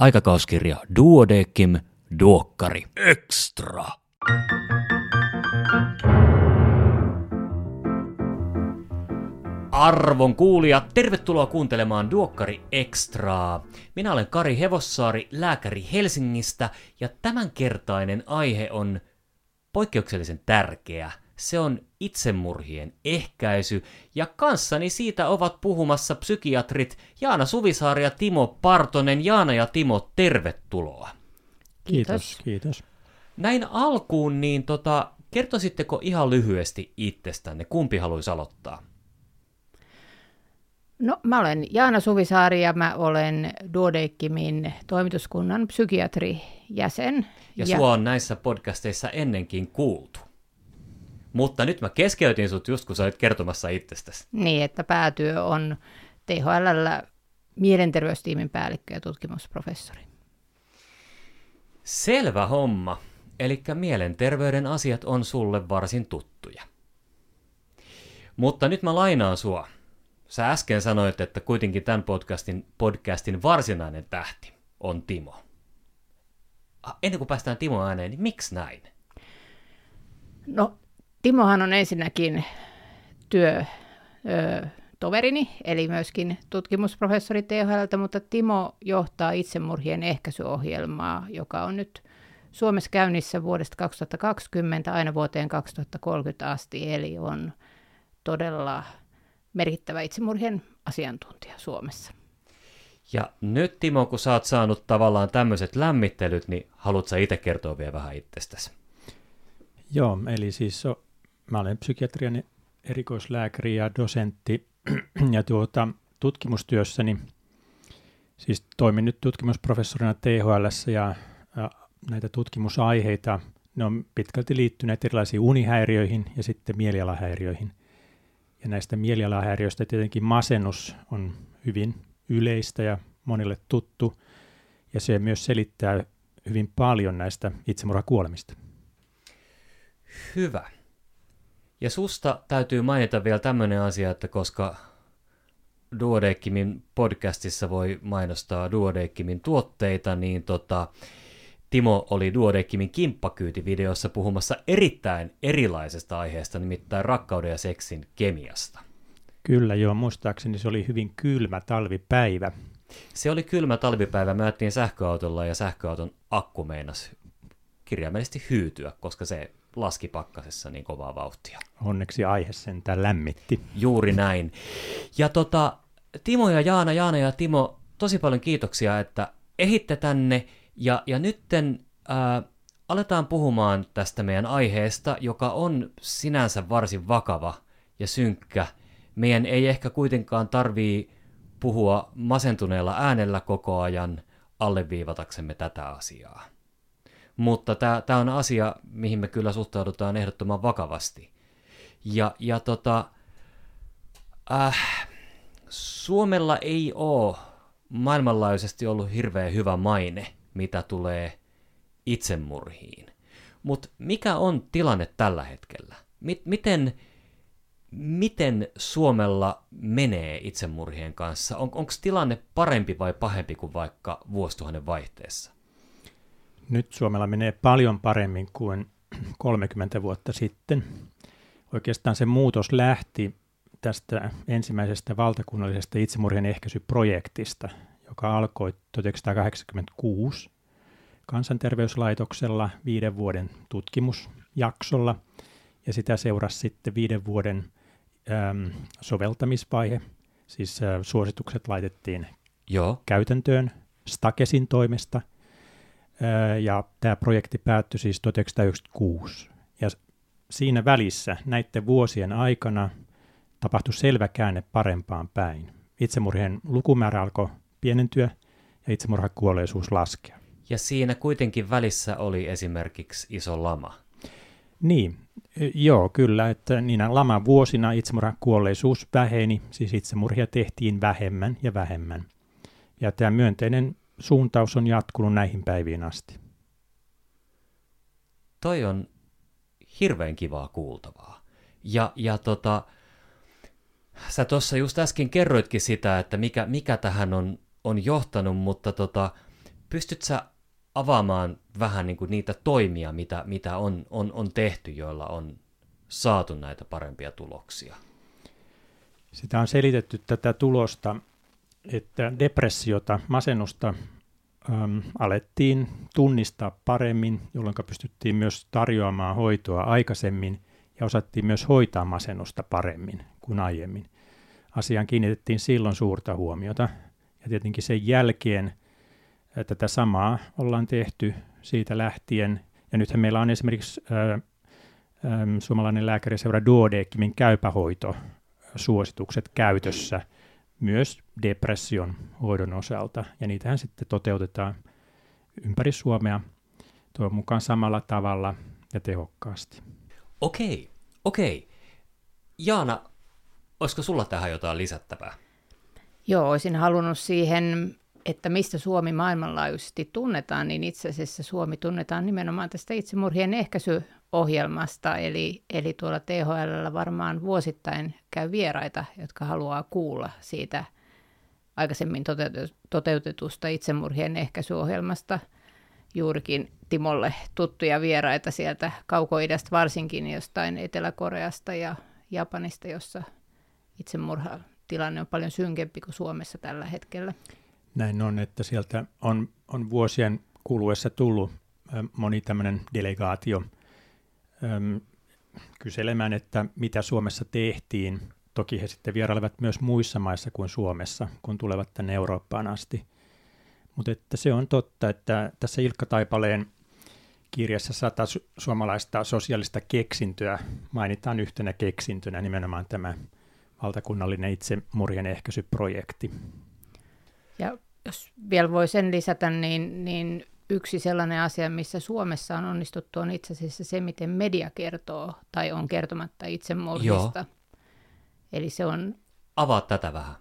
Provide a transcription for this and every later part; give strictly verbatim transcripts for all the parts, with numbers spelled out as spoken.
aikakauskirja Duodeckim Duokkari Extra. Arvon kuulijat, tervetuloa kuuntelemaan Duokkari Extraa. Minä olen Kari Hevossaari, lääkäri Helsingistä, ja tämänkertainen aihe on poikkeuksellisen tärkeä. Se on itsemurhien ehkäisy, ja kanssani siitä ovat puhumassa psykiatrit Jaana Suvisaari ja Timo Partonen. Jaana ja Timo, tervetuloa. Kiitos. Kiitos. Näin alkuun, niin tota, kertoisitteko ihan lyhyesti itsestänne? Kumpi haluaisi aloittaa? No, mä olen Jaana Suvisaari ja mä olen Duodeckimin toimituskunnan psykiatrijäsen. Ja, ja sua on näissä podcasteissa ennenkin kuultu. Mutta nyt mä keskeytin sut just, kun sä olit kertomassa itsestäsi. Niin, että päätyö on T H L:llä mielenterveystiimin päällikkö ja tutkimusprofessori. Selvä homma. Eli mielenterveyden asiat on sulle varsin tuttuja. Mutta nyt mä lainaan sua. Sä äsken sanoit, että kuitenkin tämän podcastin, podcastin varsinainen tähti on Timo. Ennen kuin päästään Timo ääneen, niin miksi näin? No, Timohan on ensinnäkin työtoverini, eli myöskin tutkimusprofessori T H L:ltä, mutta Timo johtaa itsemurhien ehkäisyohjelmaa, joka on nyt Suomessa käynnissä vuodesta kaksituhattakaksikymmentä aina vuoteen kaksituhattakolmekymmentä asti, eli on todella merkittävä itsemurhien asiantuntija Suomessa. Ja nyt Timo, kun sä oot saanut tavallaan tämmöiset lämmittelyt, niin haluatko sä itse kertoa vielä vähän itsestäsi? Joo, eli siis o, mä olen psykiatrian erikoislääkäri ja dosentti, ja tuota, tutkimustyössäni, siis toimin nyt tutkimusprofessorina T H L:ssä, ja, ja näitä tutkimusaiheita, ne on pitkälti liittyneet erilaisiin unihäiriöihin ja sitten mielialahäiriöihin. Ja näistä mielialahäiriöistä tietenkin masennus on hyvin yleistä ja monille tuttu, ja se myös selittää hyvin paljon näistä itsemurhakuolemista. Hyvä. Ja susta täytyy mainita vielä tämmöinen asia, että koska Duodeckimin podcastissa voi mainostaa Duodeckimin tuotteita, niin tota, Timo oli Duodeckimin kimppakyytivideossa puhumassa erittäin erilaisesta aiheesta, nimittäin rakkauden ja seksin kemiasta. Kyllä joo, muistaakseni se oli hyvin kylmä talvipäivä. Se oli kylmä talvipäivä, me ajettiin sähköautolla ja sähköauton akku meinasi kirjaimellisesti hyytyä, koska se laski pakkasessa niin kovaa vauhtia. Onneksi aihe sentään lämmitti. Juuri näin. Ja tota, Timo ja Jaana, Jaana ja Timo, tosi paljon kiitoksia, että ehitte tänne. Ja, ja nytten ää, aletaan puhumaan tästä meidän aiheesta, joka on sinänsä varsin vakava ja synkkä. Meidän ei ehkä kuitenkaan tarvii puhua masentuneella äänellä koko ajan alleviivataksemme tätä asiaa. Mutta tämä on asia, mihin me kyllä suhtaudutaan ehdottoman vakavasti. Ja, ja tota, äh, Suomella ei ole maailmanlaajuisesti ollut hirveän hyvä maine, mitä tulee itsemurhiin. Mutta mikä on tilanne tällä hetkellä? Miten, miten Suomella menee itsemurhien kanssa? On, onko tilanne parempi vai pahempi kuin vaikka vuosituhannen vaihteessa? Nyt Suomella menee paljon paremmin kuin kolmekymmentä vuotta sitten. Oikeastaan se muutos lähti tästä ensimmäisestä valtakunnallisesta itsemurhien ehkäisyprojektista, joka alkoi tuhatyhdeksänsataakahdeksankymmentäkuusi Kansanterveyslaitoksella viiden vuoden tutkimusjaksolla, ja sitä seurasi sitten viiden vuoden äm, soveltamisvaihe, siis ä, suositukset laitettiin Joo. käytäntöön Stakesin toimesta, ä, ja tämä projekti päättyi siis tuhatyhdeksänsataayhdeksänkymmentäkuusi, ja siinä välissä näiden vuosien aikana tapahtui selvä käänne parempaan päin. Itsemurhien lukumäärä alkoi pienentyä ja itsemurhakuolleisuus laskea. Ja siinä kuitenkin välissä oli esimerkiksi iso lama. Niin, joo, kyllä, että niinä laman vuosina itsemurhakuolleisuus väheni, siis itsemurhia tehtiin vähemmän ja vähemmän. Ja tämä myönteinen suuntaus on jatkunut näihin päiviin asti. Toi on hirveän kivaa kuultavaa. Ja, ja tota, sä tuossa just äsken kerroitkin sitä, että mikä, mikä tähän on, on johtanut, mutta tota, pystyt sä avaamaan vähän niin kuin niitä toimia, mitä, mitä on, on, on tehty, joilla on saatu näitä parempia tuloksia? Sitä on selitetty tätä tulosta, että depressiota, masennusta äm, alettiin tunnistaa paremmin, jolloin pystyttiin myös tarjoamaan hoitoa aikaisemmin ja osattiin myös hoitaa masennusta paremmin kuin aiemmin. Asiaan kiinnitettiin silloin suurta huomiota ja tietenkin sen jälkeen tätä samaa ollaan tehty siitä lähtien. Ja nythän meillä on esimerkiksi ää, ää, suomalainen lääkäriseura Duodecimin käypähoitosuositukset käytössä myös depression hoidon osalta. Ja niitähän sitten toteutetaan ympäri Suomea tuon mukaan samalla tavalla ja tehokkaasti. Okei, okei. Jaana, olisiko sulla tähän jotain lisättävää? Joo, olisin halunnut siihen, että mistä Suomi maailmanlaajuisesti tunnetaan, niin itse asiassa Suomi tunnetaan nimenomaan tästä itsemurhien ehkäisyohjelmasta, eli, eli tuolla T H L:llä varmaan vuosittain käy vieraita, jotka haluaa kuulla siitä aikaisemmin toteutetusta itsemurhien ehkäisyohjelmasta. Juurikin Timolle tuttuja vieraita sieltä Kaukoidästä, varsinkin jostain Etelä-Koreasta ja Japanista, jossa itsemurhatilanne on paljon synkempi kuin Suomessa tällä hetkellä. Näin on, että sieltä on, on vuosien kuluessa tullut ä, moni tämmöinen delegaatio äm, kyselemään, että mitä Suomessa tehtiin. Toki he sitten vierailevat myös muissa maissa kuin Suomessa, kun tulevat tänne Eurooppaan asti. Mutta että se on totta, että tässä Ilkka Taipaleen kirjassa sata su- suomalaista sosiaalista keksintöä mainitaan yhtenä keksintönä nimenomaan tämä valtakunnallinen itsemurhien ehkäisyprojekti. Ja jos vielä voi sen lisätä, niin, niin yksi sellainen asia, missä Suomessa on onnistuttu, on itse asiassa se, miten media kertoo tai on kertomatta itsemurhista. Joo. Eli se on... Avaa tätä vähän.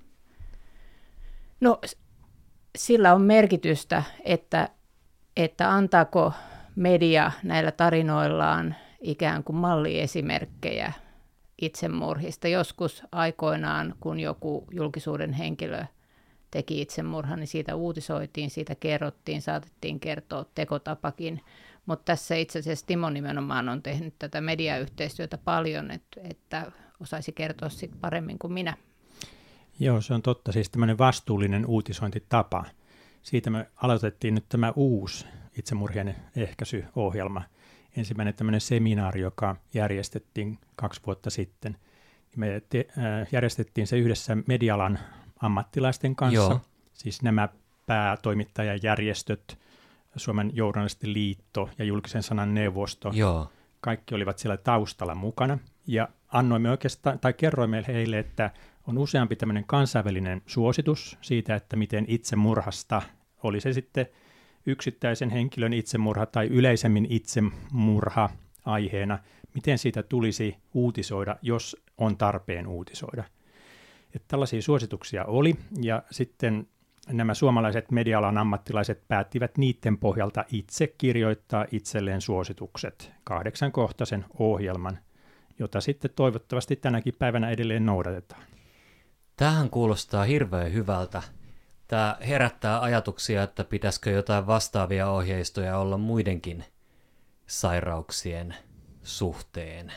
No, sillä on merkitystä, että, että antaako media näillä tarinoillaan ikään kuin malliesimerkkejä itsemurhista. Joskus aikoinaan, kun joku julkisuuden henkilö teki itsemurhan, niin siitä uutisoitiin, siitä kerrottiin, saatettiin kertoa tekotapakin. Mutta tässä itse asiassa Timo nimenomaan on tehnyt tätä mediayhteistyötä paljon, että, että osaisi kertoa siitä paremmin kuin minä. Joo, se on totta. Siis tämmöinen vastuullinen uutisointitapa. Siitä me aloitettiin nyt tämä uusi itsemurhien ehkäisyohjelma. Ensimmäinen tämmöinen seminaari, joka järjestettiin kaksi vuotta sitten. Me te, äh, järjestettiin se yhdessä media-alan ammattilaisten kanssa. Joo. Siis nämä päätoimittajajärjestöt, Suomen journalistiliitto ja julkisen sanan neuvosto. Joo. Kaikki olivat siellä taustalla mukana. Ja annoimme oikeastaan, tai kerroimme heille, että on useampi tämmöinen kansainvälinen suositus siitä, että miten itsemurhasta, oli se sitten yksittäisen henkilön itsemurha tai yleisemmin itsemurha aiheena, miten siitä tulisi uutisoida, jos on tarpeen uutisoida. Että tällaisia suosituksia oli, ja sitten nämä suomalaiset media-alan ammattilaiset päättivät niiden pohjalta itse kirjoittaa itselleen suositukset, kahdeksankohtaisen ohjelman, jota sitten toivottavasti tänäkin päivänä edelleen noudatetaan. Tämähän kuulostaa hirveän hyvältä. Tämä herättää ajatuksia, että pitäisikö jotain vastaavia ohjeistoja olla muidenkin sairauksien suhteen.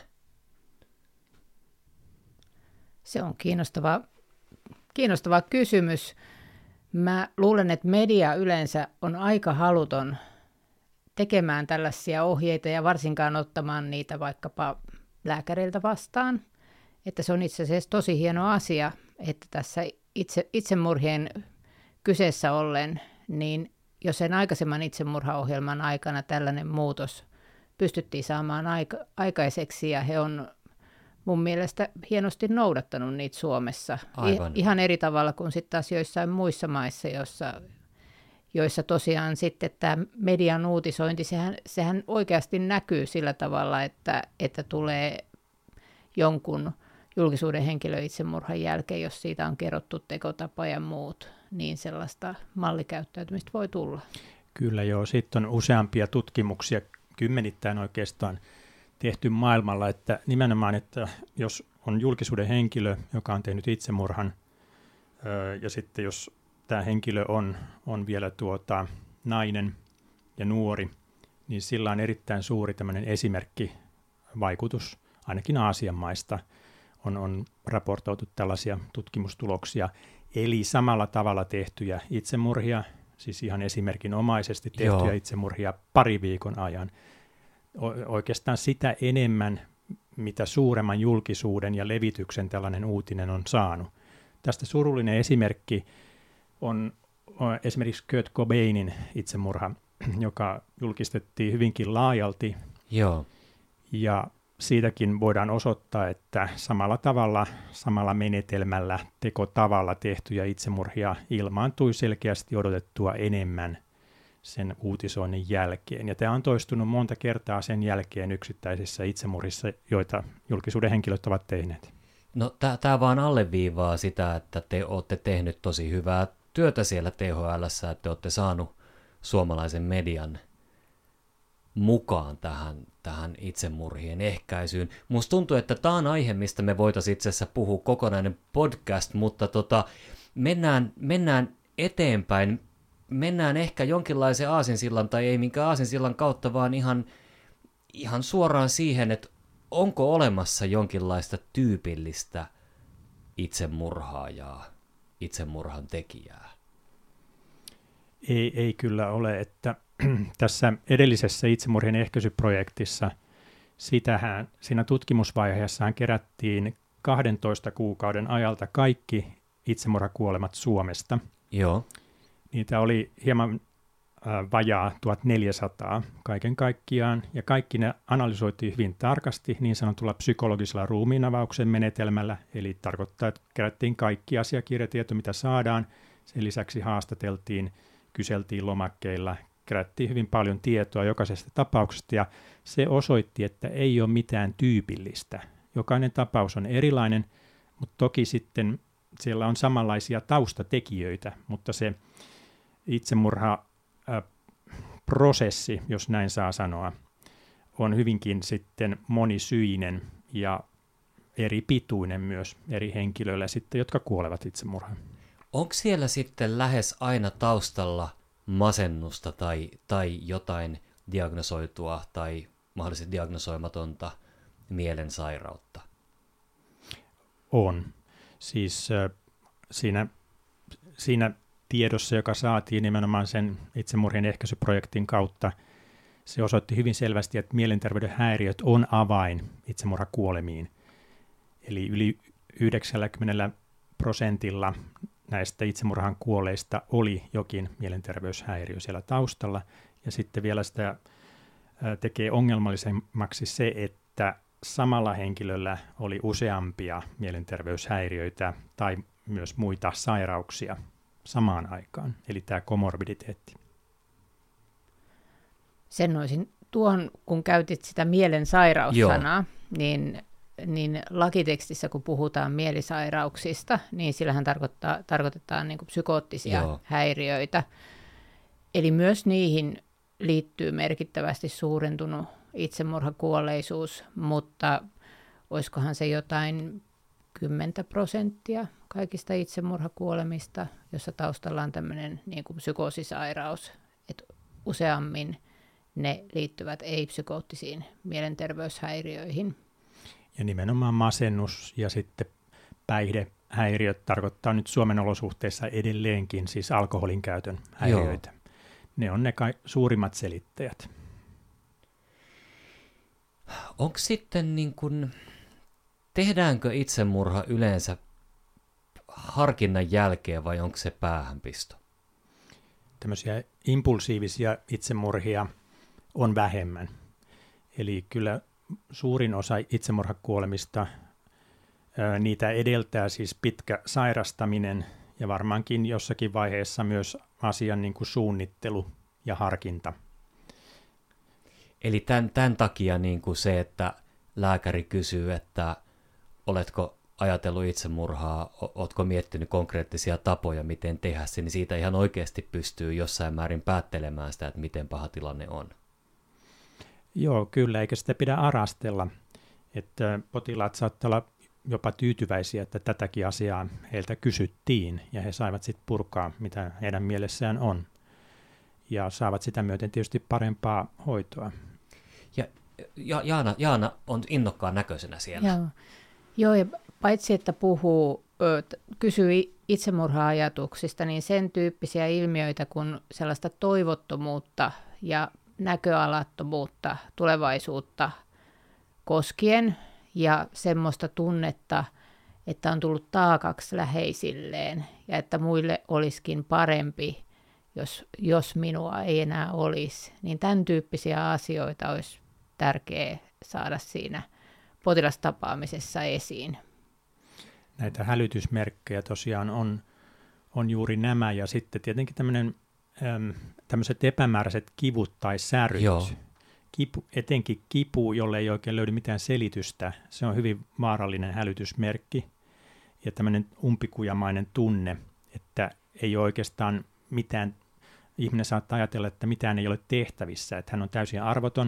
Se on kiinnostava, kiinnostava kysymys. Mä luulen, että media yleensä on aika haluton tekemään tällaisia ohjeita ja varsinkaan ottamaan niitä vaikkapa lääkäreiltä vastaan. Että se on itse asiassa tosi hieno asia, että tässä itse, itsemurhien kyseessä ollen, niin jo sen aikaisemman itsemurhaohjelman aikana tällainen muutos pystyttiin saamaan aika, aikaiseksi ja he on mun mielestä hienosti noudattanut niitä Suomessa. Aivan. Ihan eri tavalla kuin sitten taas joissain muissa maissa, joissa, joissa tosiaan sitten tämä median uutisointi, sehän, sehän oikeasti näkyy sillä tavalla, että, että tulee jonkun julkisuuden henkilö itsemurhan jälkeen, jos siitä on kerrottu tekotapa ja muut, niin sellaista mallikäyttäytymistä voi tulla. Kyllä joo, sitten on useampia tutkimuksia, kymmenittäin oikeastaan tehty maailmalla, että nimenomaan, että jos on julkisuuden henkilö, joka on tehnyt itsemurhan, ja sitten jos tämä henkilö on, on vielä tuota, nainen ja nuori, niin sillä on erittäin suuri tämmöinen esimerkkivaikutus, ainakin Aasian maista on, on raportoitu tällaisia tutkimustuloksia, eli samalla tavalla tehtyjä itsemurhia, siis ihan esimerkinomaisesti tehtyjä Joo. itsemurhia pari viikon ajan. O- oikeastaan sitä enemmän, mitä suuremman julkisuuden ja levityksen tällainen uutinen on saanut. Tästä surullinen esimerkki on, on esimerkiksi Kurt Cobainin itsemurha, joka julkistettiin hyvinkin laajalti. Joo. Ja siitäkin voidaan osoittaa, että samalla tavalla, samalla menetelmällä, tekotavalla tehtyjä itsemurhia ilmaantui selkeästi odotettua enemmän sen uutisoinnin jälkeen. Ja tämä on toistunut monta kertaa sen jälkeen yksittäisissä itsemurhissa, joita julkisuuden henkilöt ovat tehneet. No tämä vaan alleviivaa sitä, että te olette tehnyt tosi hyvää työtä siellä T H L:ssä, että te olette saanut suomalaisen median mukaan tähän, tähän itsemurhien ehkäisyyn. Musta tuntuu, että tämä on aihe, mistä me voitaisiin itse asiassa puhua kokonainen podcast, mutta tota, mennään, mennään eteenpäin. Mennään ehkä jonkinlaisen aasinsillan, tai ei minkään aasinsillan kautta, vaan ihan, ihan suoraan siihen, että onko olemassa jonkinlaista tyypillistä itsemurhaajaa, itsemurhan tekijää? Ei, ei kyllä ole, että tässä edellisessä itsemurhien ehkäisyprojektissa sitähän, siinä tutkimusvaiheessaan kerättiin kahdentoista kuukauden ajalta kaikki itsemurhakuolemat Suomesta. Joo. Niitä oli hieman äh, vajaa tuhatneljäsataa kaiken kaikkiaan, ja kaikki ne analysoitiin hyvin tarkasti niin sanotulla psykologisella ruumiinavauksen menetelmällä, eli tarkoittaa, että kerättiin kaikki asiakirjatieto, mitä saadaan. Sen lisäksi haastateltiin, kyseltiin lomakkeilla, kerättiin hyvin paljon tietoa jokaisesta tapauksesta, ja se osoitti, että ei ole mitään tyypillistä. Jokainen tapaus on erilainen, mutta toki sitten siellä on samanlaisia taustatekijöitä, mutta se itsemurha-prosessi, jos näin saa sanoa, on hyvinkin sitten monisyinen ja eri pituinen myös eri henkilöillä sitten, jotka kuolevat itsemurhaan. Onko siellä sitten lähes aina taustalla masennusta tai, tai jotain diagnosoitua tai mahdollisesti diagnosoimatonta mielensairautta? On. Siis äh, siinä, siinä tiedossa, joka saatiin nimenomaan sen itsemurhien ehkäisyprojektin kautta, se osoitti hyvin selvästi, että mielenterveyden häiriöt on avain itsemurhakuolemiin. Eli yli yhdeksänkymmentä prosentilla näistä itsemurhan kuolleista oli jokin mielenterveyshäiriö siellä taustalla. Ja sitten vielä sitä tekee ongelmallisemmaksi se, että samalla henkilöllä oli useampia mielenterveyshäiriöitä tai myös muita sairauksia samaan aikaan, eli tämä komorbiditeetti. Sen olisin tuohon, kun käytit sitä mielensairaussanaa, niin, niin lakitekstissä, kun puhutaan mielisairauksista, niin sillähän tarkoittaa, tarkoitetaan niin kuin psykoottisia Joo. häiriöitä. Eli myös niihin liittyy merkittävästi suurentunut itsemurhakuolleisuus, mutta olisikohan se jotain kymmentä prosenttia kaikista itsemurhakuolemista, jossa taustalla on tämmöinen niin kuin psykoosisairaus, että useammin ne liittyvät ei-psykoottisiin mielenterveyshäiriöihin. Ja nimenomaan masennus ja sitten päihdehäiriöt tarkoittaa nyt Suomen olosuhteissa edelleenkin siis alkoholin käytön häiriöitä. Joo. Ne on ne ka- suurimmat selittäjät. Onko sitten niin kuin, tehdäänkö itsemurha yleensä harkinnan jälkeen vai onko se päähänpisto? Tämmöisiä impulsiivisia itsemurhia on vähemmän. Eli kyllä suurin osa itsemurhakuolemista, ää, niitä edeltää siis pitkä sairastaminen ja varmaankin jossakin vaiheessa myös asian niin kuin suunnittelu ja harkinta. Eli tämän, tämän takia niin kuin se, että lääkäri kysyy, että oletko ajatellut itsemurhaa, oletko miettinyt konkreettisia tapoja, miten tehdä se, niin siitä ihan oikeasti pystyy jossain määrin päättelemään sitä, että miten paha tilanne on. Joo, kyllä, eikä sitä pidä arastella. Että potilaat saattaa olla jopa tyytyväisiä, että tätäkin asiaa heiltä kysyttiin, ja he saivat sitten purkaa, mitä heidän mielessään on. ja saavat sitä myöten tietysti parempaa hoitoa. Ja, ja Jaana, Jaana on innokkaan näköisenä siellä. Joo, Joo ja paitsi että puhuu, kysyy itsemurha-ajatuksista, niin sen tyyppisiä ilmiöitä kuin sellaista toivottomuutta ja näköalattomuutta tulevaisuutta koskien ja semmoista tunnetta, että on tullut taakaksi läheisilleen ja että muille olisikin parempi, jos, jos minua ei enää olisi, niin tämän tyyppisiä asioita olisi tärkeää saada siinä potilastapaamisessa esiin. Näitä hälytysmerkkejä tosiaan on, on juuri nämä ja sitten tietenkin tämmöinen, äm, tämmöiset epämääräiset kivut tai säryt. Joo. Kipu, etenkin kipu, jolle ei oikein löydy mitään selitystä, se on hyvin vaarallinen hälytysmerkki. Ja tämmöinen umpikujamainen tunne, että ei ole oikeastaan mitään, ihminen saattaa ajatella, että mitään ei ole tehtävissä, että hän on täysin arvoton,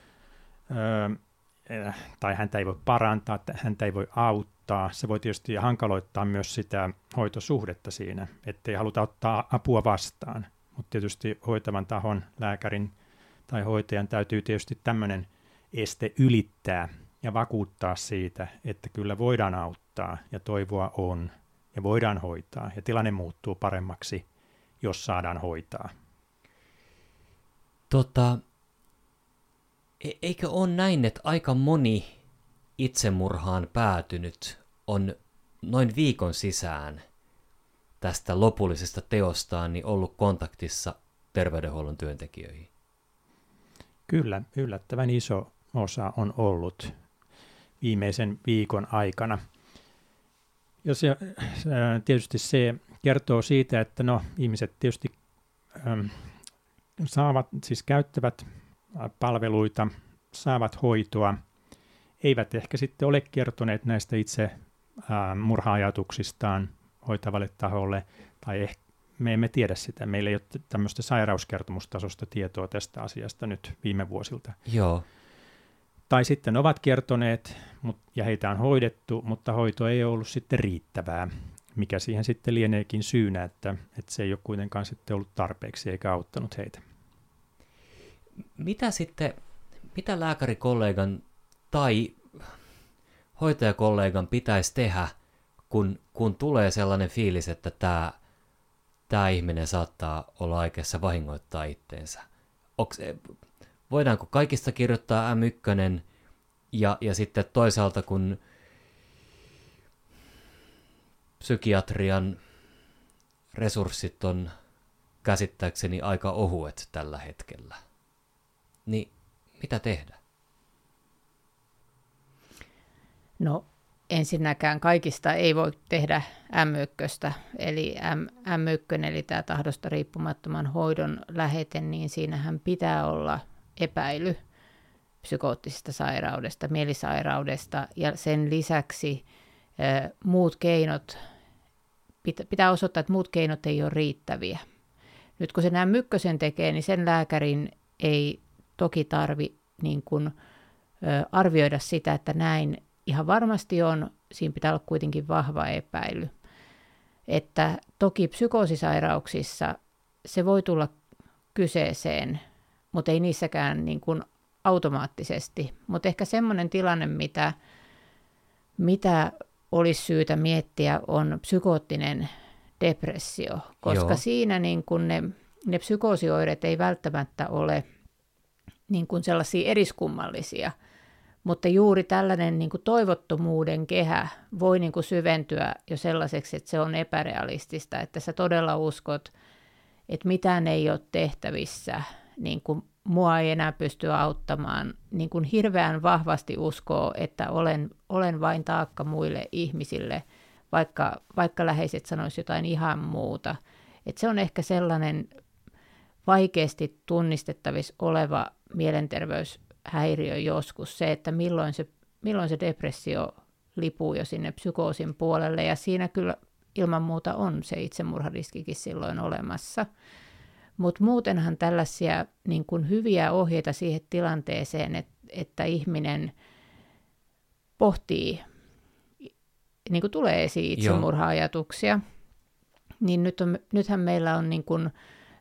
öö, tai häntä ei voi parantaa, häntä ei voi auttaa. Se voi tietysti hankaloittaa myös sitä hoitosuhdetta siinä, ettei haluta ottaa apua vastaan. Mutta tietysti hoitavan tahon, lääkärin tai hoitajan täytyy tietysti tämmöinen este ylittää ja vakuuttaa siitä, että kyllä voidaan auttaa ja toivoa on ja voidaan hoitaa ja tilanne muuttuu paremmaksi, jos saadaan hoitaa. Tota, e- eikö ole näin, että aika moni itsemurhaan päätynyt on noin viikon sisään tästä lopullisesta teostaan niin ollut kontaktissa terveydenhuollon työntekijöihin? Kyllä, yllättävän iso osa on ollut viimeisen viikon aikana. Ja se, tietysti se kertoo siitä, että no, ihmiset tietysti äm, saavat, siis käyttävät palveluita, saavat hoitoa, eivät ehkä sitten ole kertoneet näistä itse ää, murha-ajatuksistaan hoitavalle taholle, tai ehkä me emme tiedä sitä. Meillä ei ole tämmöistä sairauskertomustasosta tietoa tästä asiasta nyt viime vuosilta. Joo. Tai sitten ovat kertoneet, ja heitä on hoidettu, mutta hoito ei ole ollut sitten riittävää, mikä siihen sitten lieneekin syynä, että, että se ei ole kuitenkaan sitten ollut tarpeeksi eikä auttanut heitä. Mitä sitten, mitä lääkärikollegan tai hoitajakollegan pitäisi tehdä, kun, kun tulee sellainen fiilis, että tämä, tämä ihminen saattaa olla aikeissa vahingoittaa itteensä? Onks, voidaanko kaikista kirjoittaa M yksi, ja, ja sitten toisaalta kun psykiatrian resurssit on käsittääkseni aika ohuet tällä hetkellä, niin mitä tehdä? No ensinnäkään kaikista ei voi tehdä M yksi, eli M yksi, eli tämä tahdosta riippumattoman hoidon lähete, niin siinähän pitää olla epäily psykoottisesta sairaudesta, mielisairaudesta, ja sen lisäksi ä, muut keinot, pit, pitää osoittaa, että muut keinot ei ole riittäviä. Nyt kun se M yksi tekee, niin sen lääkärin ei toki tarvi niin kuin, ä, arvioida sitä, että näin ihan varmasti on, siinä pitää olla kuitenkin vahva epäily. Että toki psykoosisairauksissa se voi tulla kyseeseen, mutta ei niissäkään niin kuin automaattisesti. Mutta ehkä semmoinen tilanne, mitä, mitä olisi syytä miettiä, on psykoottinen depressio, koska Joo. siinä niin kuin ne, ne psykoosioireet ei välttämättä ole niin kuin sellaisia eriskummallisia, mutta juuri tällainen niin kuin toivottomuuden kehä voi niin kuin syventyä jo sellaiseksi, että se on epärealistista, että sä todella uskot, että mitään ei ole tehtävissä, niin kuin mua ei enää pysty auttamaan, niin kuin hirveän vahvasti uskoo, että olen, olen vain taakka muille ihmisille, vaikka, vaikka läheiset sanoisivat jotain ihan muuta. Että se on ehkä sellainen vaikeasti tunnistettavissa oleva mielenterveyshäiriö joskus, se, että milloin se, milloin se depressio lipuu jo sinne psykoosin puolelle, ja siinä kyllä ilman muuta on se itsemurhariskikin silloin olemassa. Mutta muutenhan tällaisia niin kuin hyviä ohjeita siihen tilanteeseen, että, että ihminen pohtii, niin kuin tulee esiin itsemurha-ajatuksia, niin nyt on, nythän meillä on niin kuin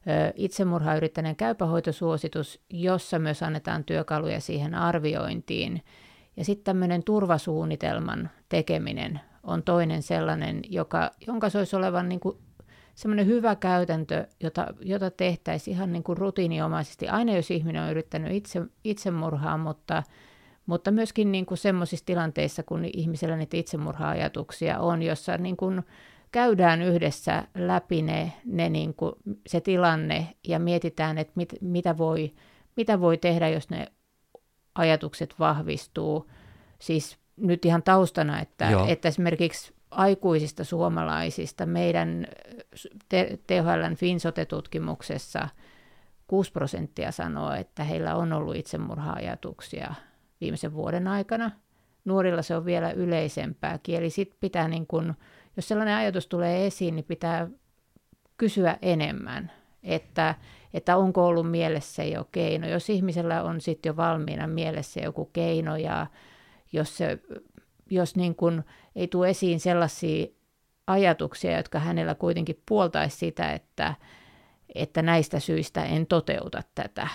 itsemurhaa yrittäneen käypähoitosuositus, jossa myös annetaan työkaluja siihen arviointiin. Ja sitten tämmöinen turvasuunnitelman tekeminen on toinen sellainen, joka, jonka se olisi olevan niin kuin semmoinen hyvä käytäntö, jota, jota tehtäisiin ihan niin kuin rutiiniomaisesti, aina jos ihminen on yrittänyt itse, itsemurhaa, mutta, mutta myöskin niin kuin semmoisissa tilanteissa, kun ihmisellä niitä itsemurha-ajatuksia on, jossa niin kuin käydään yhdessä läpi ne, ne niin kuin se tilanne ja mietitään, että mit, mitä, voi, mitä voi tehdä, jos ne ajatukset vahvistuu. Siis nyt ihan taustana, että, että esimerkiksi aikuisista suomalaisista meidän T H L:n FinSote-tutkimuksessa kuusi prosenttia sanoo, että heillä on ollut itsemurha-ajatuksia viimeisen vuoden aikana. Nuorilla se on vielä yleisempääkin, eli sit pitää niin kun, jos sellainen ajatus tulee esiin, niin pitää kysyä enemmän, että, että onko ollut mielessä jo keino. Jos ihmisellä on sitten jo valmiina mielessä joku keino ja jos, se, jos niin kun ei tule esiin sellaisia ajatuksia, jotka hänellä kuitenkin puoltaisi sitä, että, että näistä syistä en toteuta tätä.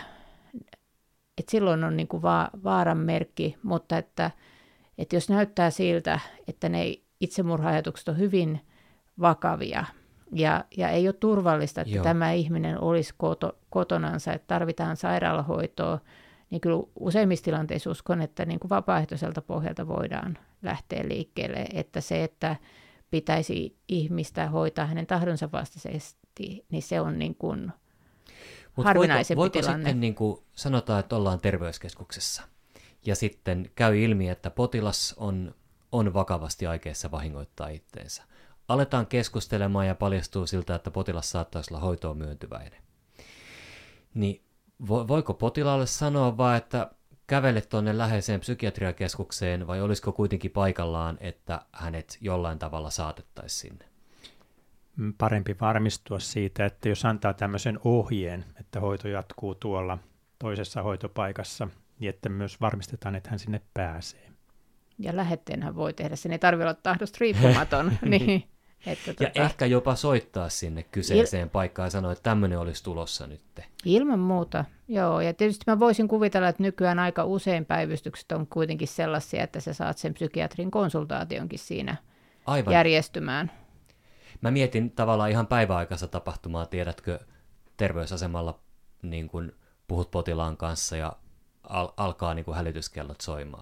Et silloin on niin kuin va- vaaran merkki, mutta että, että jos näyttää siltä, että ne itsemurha-ajatukset on hyvin vakavia ja, ja ei ole turvallista, että Joo. tämä ihminen olisi koto, kotonansa, että tarvitaan sairaalahoitoa, niin kyllä useimmissa tilanteissa uskon, että niin kuin vapaaehtoiselta pohjalta voidaan lähteä liikkeelle, että se, että pitäisi ihmistä hoitaa hänen tahdonsa vastaisesti, niin se on niin kuin harvinaisempi voiko, voiko tilanne. sitten niin kuin sanotaan, että ollaan terveyskeskuksessa ja sitten käy ilmi, että potilas on, on vakavasti aikeissa vahingoittaa itteensä. Aletaan keskustelemaan ja paljastuu siltä, että potilas saattaisi olla hoitoon myöntyväinen. Niin voiko potilaalle sanoa vaan, että kävele tuonne läheiseen psykiatriakeskukseen, vai olisiko kuitenkin paikallaan, että hänet jollain tavalla saatettaisiin sinne? Parempi varmistua siitä, että jos antaa tämmöisen ohjeen, että hoito jatkuu tuolla toisessa hoitopaikassa, niin että myös varmistetaan, että hän sinne pääsee. Ja lähetteenhän voi tehdä, sen ei tarvitse olla tahdosta riippumaton. niin, että ja tota... ehkä jopa soittaa sinne kyseiseen Il... paikkaan ja sanoa, että tämmöinen olisi tulossa nyt. Ilman muuta, joo. Ja tietysti mä voisin kuvitella, että nykyään aika usein päivystykset on kuitenkin sellaisia, että sä saat sen psykiatrin konsultaationkin siinä Aivan. järjestymään. Mä mietin tavallaan ihan päiväaikaista tapahtumaa, tiedätkö, terveysasemalla niin kun puhut potilaan kanssa ja al- alkaa niin kun hälytyskellot soimaan.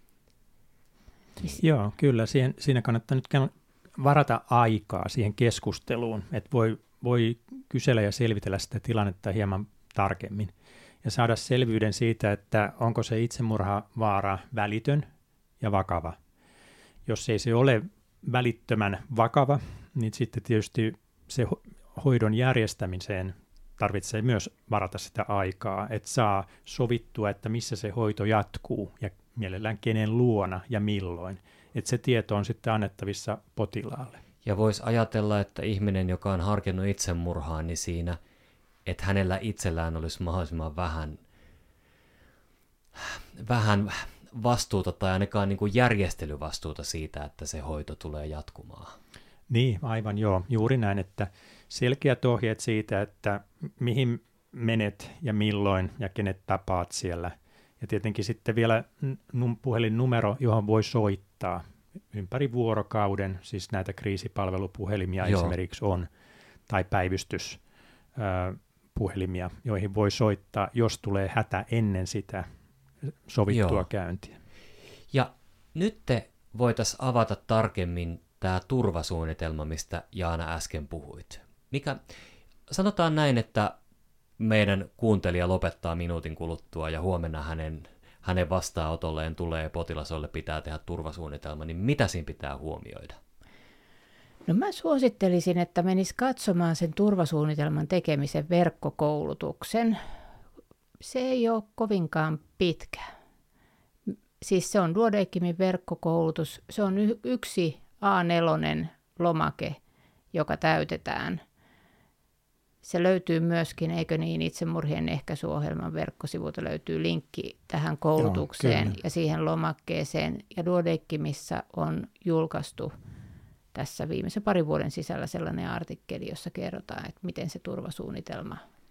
Joo, kyllä. Siihen, siinä kannattaa nyt varata aikaa siihen keskusteluun, että voi, voi kysellä ja selvitellä sitä tilannetta hieman tarkemmin ja saada selvyyden siitä, että onko se itsemurhavaara välitön ja vakava. Jos ei se ole välittömän vakava, niin sitten tietysti se hoidon järjestämiseen tarvitsee myös varata sitä aikaa, että saa sovittua, että missä se hoito jatkuu ja mielellään kenen luona ja milloin. Että se tieto on sitten annettavissa potilaalle. Ja voisi ajatella, että ihminen, joka on harkinnut itsemurhaa, niin siinä, että hänellä itsellään olisi mahdollisimman vähän, vähän vastuuta tai ainakaan niin kuin järjestelyvastuuta siitä, että se hoito tulee jatkumaan. Niin, aivan joo. Juuri näin, että selkeät ohjeet siitä, että mihin menet ja milloin ja kenet tapaat siellä. Ja tietenkin sitten vielä puhelinnumero, johon voi soittaa ympäri vuorokauden, siis näitä kriisipalvelupuhelimia Joo. esimerkiksi on, tai päivystyspuhelimia, joihin voi soittaa, jos tulee hätä ennen sitä sovittua Joo. käyntiä. Ja nyt te voitaisiin avata tarkemmin tämä turvasuunnitelma, mistä Jaana äsken puhuit. Mikä, sanotaan näin, että meidän kuuntelija lopettaa minuutin kuluttua ja huomenna hänen, hänen vastaanotolleen tulee potilasolle pitää tehdä turvasuunnitelma, niin mitä siinä pitää huomioida? No mä suosittelisin, että menis katsomaan sen turvasuunnitelman tekemisen verkkokoulutuksen. Se ei ole kovinkaan pitkä. Siis se on Duodecimin verkkokoulutus. Se on y- yksi A neljä lomake, joka täytetään. Se löytyy myöskin, eikö niin, itsemurhien ehkäisyohjelman verkkosivulta löytyy linkki tähän koulutukseen Joo, ja siihen lomakkeeseen. Ja Duodecimissa on julkaistu tässä viimeisen parin vuoden sisällä sellainen artikkeli, jossa kerrotaan, että miten se turvasuunnitelma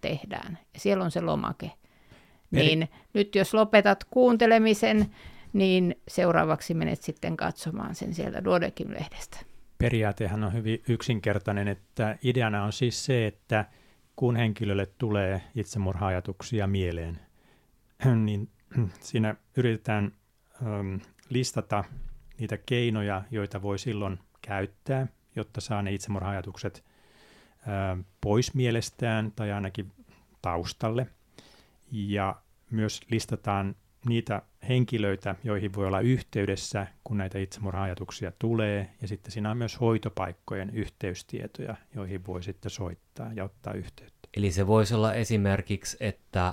tehdään. Ja siellä on se lomake. Niin nyt jos lopetat kuuntelemisen, niin seuraavaksi menet sitten katsomaan sen sieltä Duodeckim-lehdestä. Periaatehan on hyvin yksinkertainen, että ideana on siis se, että kun henkilölle tulee itsemurha-ajatuksia mieleen, niin siinä yritetään ähm, listata niitä keinoja, joita voi silloin käyttää, jotta saa ne itsemurha-ajatukset ähm, pois mielestään tai ainakin taustalle. Ja myös listataan niitä henkilöitä, joihin voi olla yhteydessä, kun näitä itsemurha-ajatuksia tulee. Ja sitten siinä on myös hoitopaikkojen yhteystietoja, joihin voi sitten soittaa ja ottaa yhteyttä. Eli se voisi olla esimerkiksi, että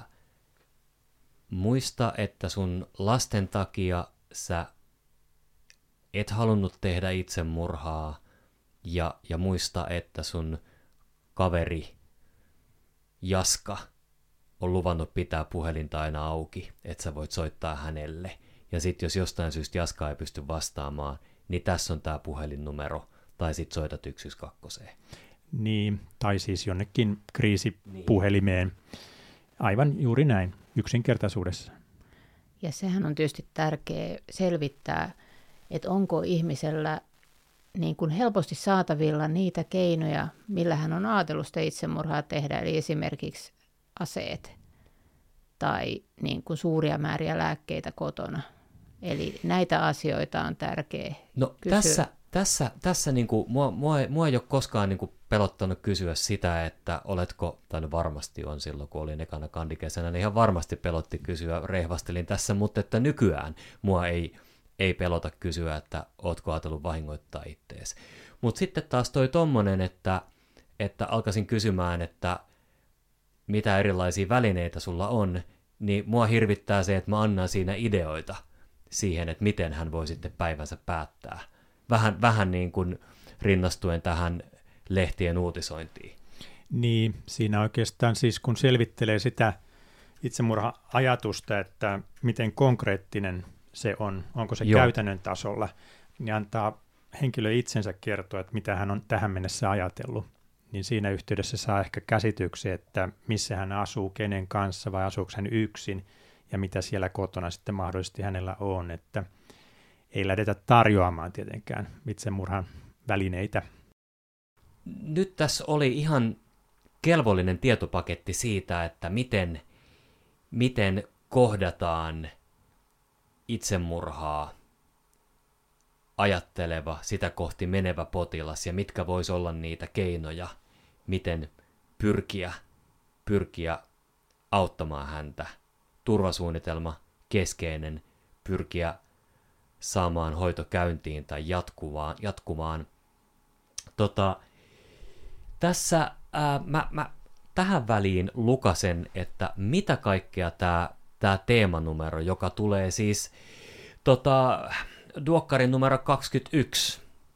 muista, että sun lasten takia sä et halunnut tehdä itsemurhaa ja, ja muista, että sun kaveri Jaska on luvannut pitää puhelinta aina auki, että sä voit soittaa hänelle. Ja sitten jos jostain syystä Jaska ei pysty vastaamaan, niin tässä on tämä puhelinnumero, tai sitten soitat yksi yksi kaksi. Niin, tai siis jonnekin kriisipuhelimeen. Niin. Aivan juuri näin, yksinkertaisuudessa. Ja sehän on tietysti tärkeää selvittää, että onko ihmisellä niin kuin helposti saatavilla niitä keinoja, millä hän on ajatellut sitä itsemurhaa tehdä, eli esimerkiksi aseet tai niin kuin suuria määriä lääkkeitä kotona. Eli näitä asioita on tärkeää No kysyä. tässä, tässä, tässä niin kuin, mua, mua, mua ei ole koskaan niin kuin pelottanut kysyä sitä, että oletko, tai no varmasti on silloin, kun olin ekana kandikesänä, niin ihan varmasti pelotti kysyä, rehvastelin tässä, mutta että nykyään mua ei, ei pelota kysyä, että ootko ajatellut vahingoittaa ittees. Mutta sitten taas toi tommonen, että, että alkaisin kysymään, että mitä erilaisia välineitä sulla on, niin mua hirvittää se, että mä annan siinä ideoita siihen, että miten hän voi sitten päivänsä päättää. Vähän, vähän niin kuin rinnastuen tähän lehtien uutisointiin. Niin, siinä oikeastaan siis kun selvittelee sitä itsemurha-ajatusta, että miten konkreettinen se on, onko se Joo. käytännön tasolla, niin antaa henkilö itsensä kertoa, että mitä hän on tähän mennessä ajatellut. Niin siinä yhteydessä saa ehkä käsityksen, että missä hän asuu, kenen kanssa vai asuuko hän yksin ja mitä siellä kotona sitten mahdollisesti hänellä on. Että ei lähdetä tarjoamaan tietenkään itsemurhan välineitä. Nyt tässä oli ihan kelvollinen tietopaketti siitä, että miten, miten kohdataan itsemurhaa ajatteleva, sitä kohti menevä potilas ja mitkä voisi olla niitä keinoja, miten pyrkiä, pyrkiä auttamaan häntä. Turvasuunnitelma keskeinen, pyrkiä saamaan hoito käyntiin tai jatkuvaan, jatkumaan. Tota, tässä ää, mä, mä tähän väliin lukasen, että mitä kaikkea tämä tää teemanumero, joka tulee siis tota, Duokkarin numero kaksikymmentäyksi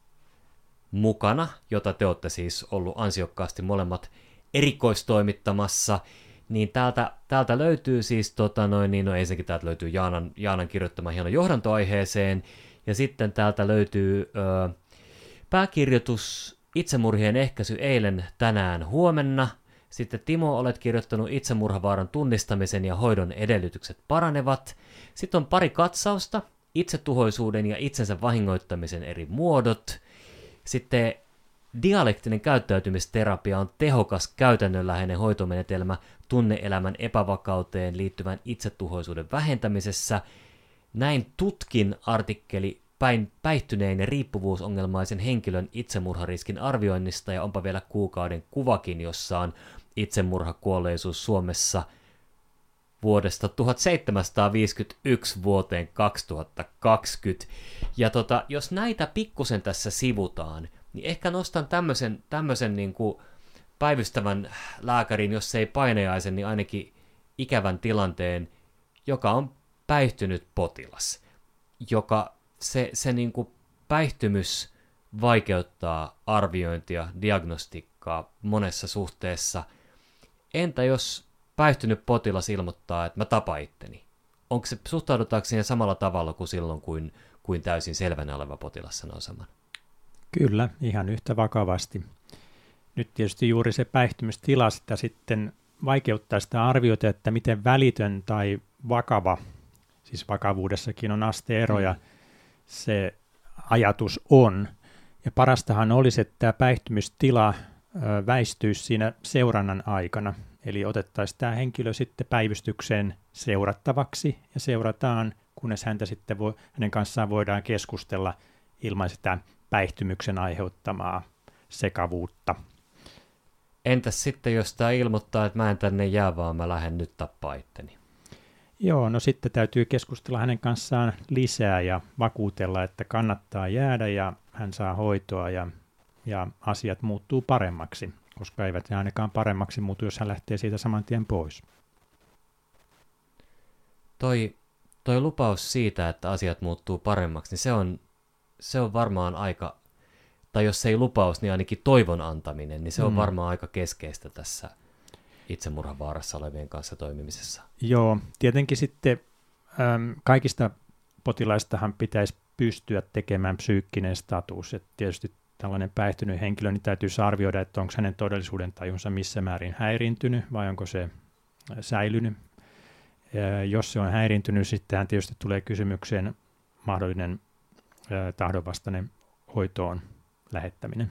mukana, jota te olette siis ollut ansiokkaasti molemmat erikoistoimittamassa, niin täältä, täältä löytyy siis, tota noin, niin no ensinnäkin täältä löytyy Jaanan, Jaanan kirjoittama hieno johdantoaiheeseen, ja sitten täältä löytyy ö, pääkirjoitus Itsemurhien ehkäisy eilen, tänään, huomenna. Sitten Timo, olet kirjoittanut Itsemurhavaaran tunnistamisen ja hoidon edellytykset paranevat. Sitten on pari katsausta, itsetuhoisuuden ja itsensä vahingoittamisen eri muodot. Sitten dialektinen käyttäytymisterapia on tehokas käytännönläheinen hoitomenetelmä tunne-elämän epävakauteen liittyvän itsetuhoisuuden vähentämisessä. Näin tutkin artikkeli päin päihtyneen ja riippuvuusongelmaisen henkilön itsemurhariskin arvioinnista, ja onpa vielä kuukauden kuvakin, jossa on itsemurhakuolleisuus Suomessa vuodesta tuhatseitsemänsataaviisikymmentäyksi vuoteen kaksituhattakaksikymmentä. Ja tota, jos näitä pikkusen tässä sivutaan, niin ehkä nostan tämmöisen, tämmöisen niin kuin päivystävän lääkärin, jos ei painajaisen, niin ainakin ikävän tilanteen, joka on päihtynyt potilas, joka se, se niin kuin päihtymys vaikeuttaa arviointia, diagnostiikkaa monessa suhteessa. Entä jos päihtynyt potilas ilmoittaa, että mä tapan itteni? Onko se, suhtaudutaanko siihen samalla tavalla kuin silloin, kuin, kuin täysin selvänä oleva potilas sanoo saman? Kyllä, ihan yhtä vakavasti. Nyt tietysti juuri se päihtymystila sitä sitten vaikeuttaa sitä arviota, että miten välitön tai vakava, siis vakavuudessakin on asteeroja, mm. se ajatus on. Ja parastahan olisi, että tämä päihtymystila ö, väistyisi siinä seurannan aikana. Eli otettaisiin tämä henkilö sitten päivystykseen seurattavaksi ja seurataan, kunnes häntä sitten voi, hänen kanssaan voidaan keskustella ilman sitä päihtymyksen aiheuttamaa sekavuutta. Entäs sitten, jos tämä ilmoittaa, että mä en tänne jää, vaan mä lähden nyt tappaa itteni? Joo, no sitten täytyy keskustella hänen kanssaan lisää ja vakuutella, että kannattaa jäädä ja hän saa hoitoa ja, ja asiat muuttuu paremmaksi, koska eivät ne ainakaan paremmaksi muutu, jos hän lähtee siitä saman tien pois. Toi, toi lupaus siitä, että asiat muuttuu paremmaksi, niin se on, se on varmaan aika, tai jos ei lupaus, niin ainakin toivon antaminen, niin se on mm. varmaan aika keskeistä tässä itsemurhan vaarassa olevien kanssa toimimisessa. Joo, tietenkin sitten äm, kaikista potilaistahan pitäisi pystyä tekemään psyykkinen status. Et tietysti tällainen päihtynyt henkilö, niin täytyisi arvioida, että onko hänen todellisuuden tajunsa missä määrin häiriintynyt vai onko se säilynyt. Ja jos se on häiriintynyt, sittenhän tietysti tulee kysymykseen mahdollinen ää, tahdonvastainen hoitoon lähettäminen.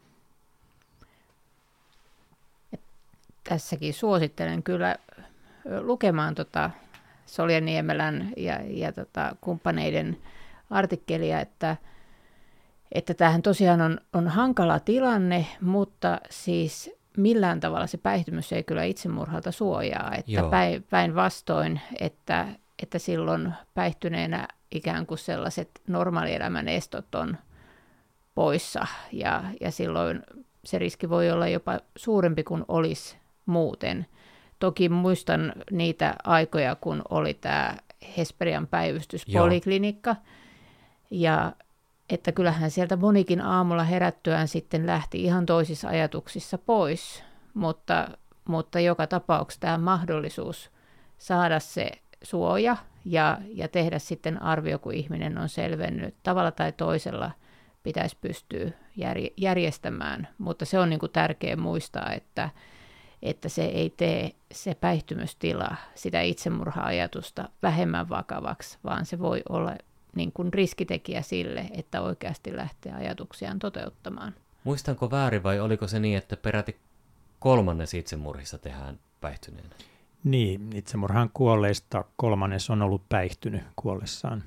Tässäkin suosittelen kyllä lukemaan tota Solja Niemelän ja, ja tota kumppaneiden artikkelia, että, että tämähän tosiaan on, on hankala tilanne, mutta siis millään tavalla se päihtymys ei kyllä itsemurhalta suojaa. Että päin, päinvastoin, että, että silloin päihtyneenä ikään kuin sellaiset normaalielämän estot on poissa ja, ja silloin se riski voi olla jopa suurempi kuin olisi muuten. Toki muistan niitä aikoja, kun oli tämä Hesperian päivystyspoliklinikka, ja että kyllähän sieltä monikin aamulla herättyään sitten lähti ihan toisissa ajatuksissa pois, mutta, mutta joka tapauksessa tämä mahdollisuus saada se suoja ja, ja tehdä sitten arvio, kun ihminen on selvennyt tavalla tai toisella, pitäisi pystyä järjestämään, mutta se on niin kuin tärkeää muistaa, että että se ei tee se päihtymystila sitä itsemurha-ajatusta vähemmän vakavaksi, vaan se voi olla niin kuin riskitekijä sille, että oikeasti lähtee ajatuksiaan toteuttamaan. Muistanko väärin vai oliko se niin, että peräti kolmannes itsemurhissa tehdään päihtyneenä? Niin, itsemurhaan kuolleista kolmannes on ollut päihtynyt kuollessaan.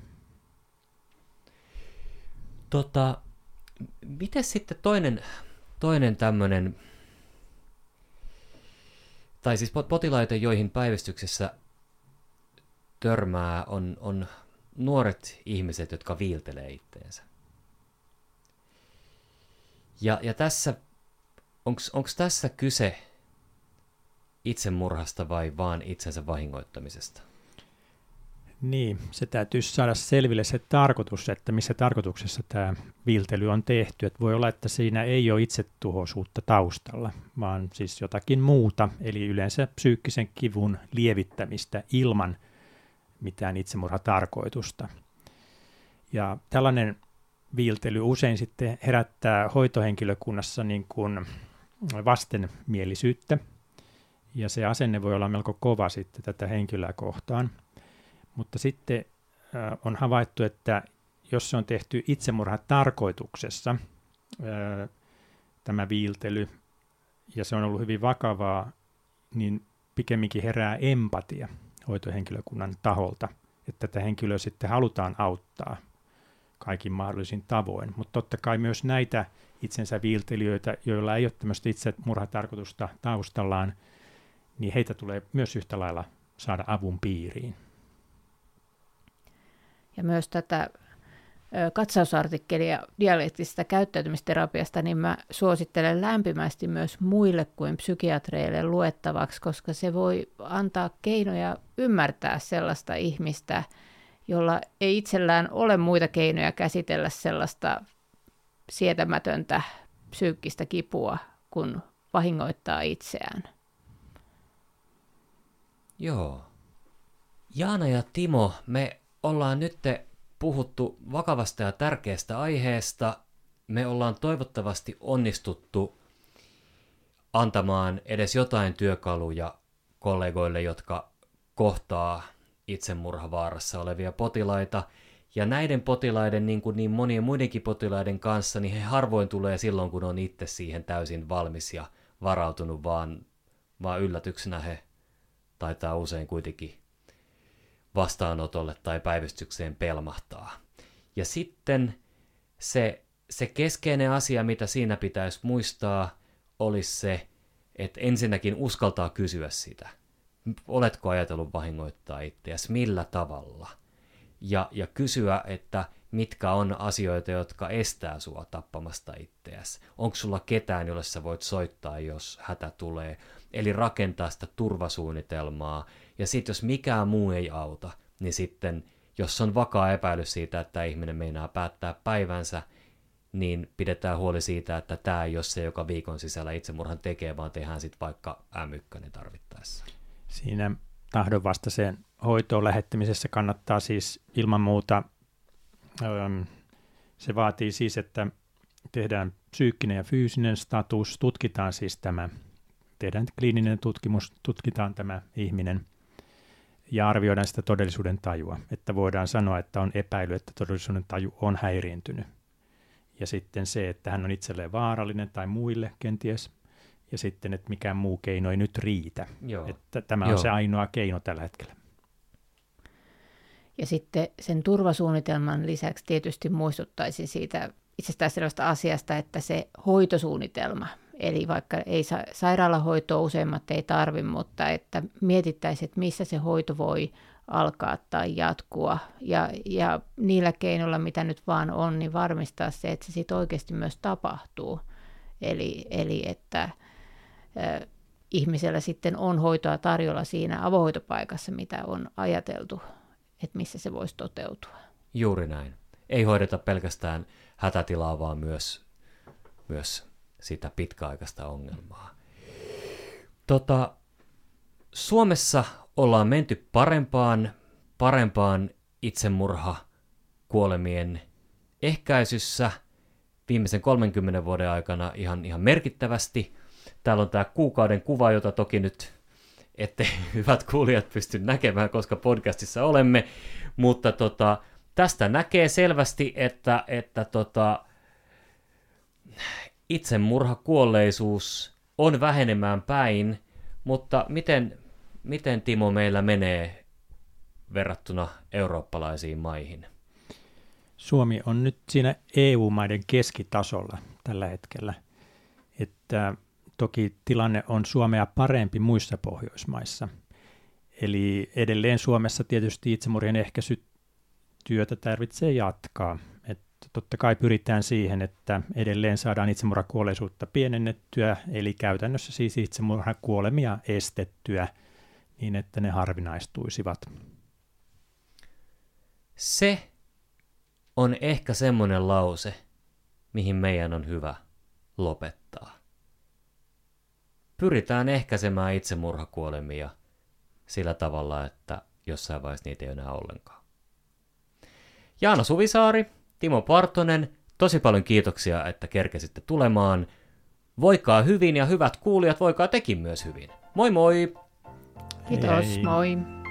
Tota, miten sitten toinen, toinen tämmöinen, tai siis potilaita, joihin päivystyksessä törmää, on, on nuoret ihmiset, jotka viiltelee itteensä. Ja, ja tässä, onko tässä kyse itsemurhasta vai vaan itsensä vahingoittamisesta? Niin, se täytyisi saada selville se tarkoitus, että missä tarkoituksessa tämä viiltely on tehty. Että voi olla, että siinä ei ole itsetuhoisuutta taustalla, vaan siis jotakin muuta, eli yleensä psyykkisen kivun lievittämistä ilman mitään itsemurhatarkoitusta. Ja tällainen viiltely usein sitten herättää hoitohenkilökunnassa niin kuin vastenmielisyyttä, ja se asenne voi olla melko kova sitten tätä henkilöä kohtaan. Mutta sitten äh, on havaittu, että jos se on tehty itsemurhatarkoituksessa, äh, tämä viiltely, ja se on ollut hyvin vakavaa, niin pikemminkin herää empatia hoitohenkilökunnan taholta, että tätä henkilöä sitten halutaan auttaa kaikin mahdollisin tavoin. Mutta totta kai myös näitä itsensä viiltelijöitä, joilla ei ole tämmöistä itsemurhatarkoitusta taustallaan, niin heitä tulee myös yhtä lailla saada avun piiriin. Ja myös tätä katsausartikkelia dialektisesta käyttäytymisterapiasta, niin mä suosittelen lämpimästi myös muille kuin psykiatreille luettavaksi, koska se voi antaa keinoja ymmärtää sellaista ihmistä, jolla ei itsellään ole muita keinoja käsitellä sellaista sietämätöntä psyykkistä kipua, kun vahingoittaa itseään. Joo. Jaana ja Timo, me ollaan nyt puhuttu vakavasta ja tärkeästä aiheesta. Me ollaan toivottavasti onnistuttu antamaan edes jotain työkaluja kollegoille, jotka kohtaa itsemurhavaarassa olevia potilaita. Ja näiden potilaiden, niin kuin niin monien muidenkin potilaiden kanssa, niin he harvoin tulee silloin, kun on itse siihen täysin valmis ja varautunut, vaan, vaan yllätyksenä he taitaa usein kuitenkin vastaanotolle tai päivystykseen pelmahtaa. Ja sitten se, se keskeinen asia, mitä siinä pitäisi muistaa, olisi se, että ensinnäkin uskaltaa kysyä sitä. Oletko ajatellut vahingoittaa itseäsi? Millä tavalla? Ja, ja kysyä, että mitkä on asioita, jotka estää sua tappamasta itseäsi. Onko sulla ketään, jolle sä voit soittaa, jos hätä tulee? Eli rakentaa sitä turvasuunnitelmaa. Ja sitten jos mikään muu ei auta, niin sitten jos on vakaa epäilys siitä, että tämä ihminen meinaa päättää päivänsä, niin pidetään huoli siitä, että tämä ei ole se, joka viikon sisällä itsemurhan tekee, vaan tehdään sitten vaikka äm yksi tarvittaessa. Siinä tahdonvastaiseen hoitoon lähettämisessä kannattaa siis ilman muuta, se vaatii siis, että tehdään psyykkinen ja fyysinen status, tutkitaan siis tämä, tehdään kliininen tutkimus, tutkitaan tämä ihminen ja arvioidaan sitä todellisuuden tajua, että voidaan sanoa, että on epäily, että todellisuuden taju on häiriintynyt. Ja sitten se, että hän on itselleen vaarallinen tai muille kenties, ja sitten, että mikään muu keino ei nyt riitä. Joo. Että tämä Joo. on se ainoa keino tällä hetkellä. Ja sitten sen turvasuunnitelman lisäksi tietysti muistuttaisin siitä itsestäänselvästä asiasta, että se hoitosuunnitelma, eli vaikka ei sa- sairaalahoitoa useimmat ei tarvitse, mutta että mietittäisiin, että missä se hoito voi alkaa tai jatkua. Ja, ja niillä keinoilla, mitä nyt vaan on, niin varmistaa se, että se sitten oikeasti myös tapahtuu. Eli, eli että äh, ihmisellä sitten on hoitoa tarjolla siinä avohoitopaikassa, mitä on ajateltu, että missä se voisi toteutua. Juuri näin. Ei hoideta pelkästään hätätilaa, vaan myös, myös sitä pitkäaikaista ongelmaa. Tota, Suomessa ollaan menty parempaan, parempaan itsemurhakuolemien ehkäisyssä viimeisen kolmenkymmenen vuoden aikana ihan, ihan merkittävästi. Täällä on tämä kuukauden kuva, jota toki nyt ette hyvät kuulijat pysty näkemään, koska podcastissa olemme, mutta tota, tästä näkee selvästi, että, että tota, itsemurhakuolleisuus on vähenemään päin, mutta miten, miten Timo meillä menee verrattuna eurooppalaisiin maihin? Suomi on nyt siinä E U-maiden keskitasolla tällä hetkellä, että toki tilanne on Suomea parempi muissa Pohjoismaissa. Eli edelleen Suomessa tietysti itsemurhien ehkäisytyötä tarvitsee jatkaa. Että totta kai pyritään siihen, että edelleen saadaan itsemurhakuolleisuutta pienennettyä, eli käytännössä siis itsemurhakuolemia estettyä niin, että ne harvinaistuisivat. Se on ehkä semmoinen lause, mihin meidän on hyvä lopettaa. Pyritään ehkäisemään itsemurhakuolemia sillä tavalla, että jossain vaiheessa niitä ei enää ollenkaan. Jaana Suvisaari, Timo Partonen, tosi paljon kiitoksia, että kerkesitte tulemaan. Voikaa hyvin ja hyvät kuulijat, voikaa tekin myös hyvin. Moi moi! Kiitos, Hei. moi!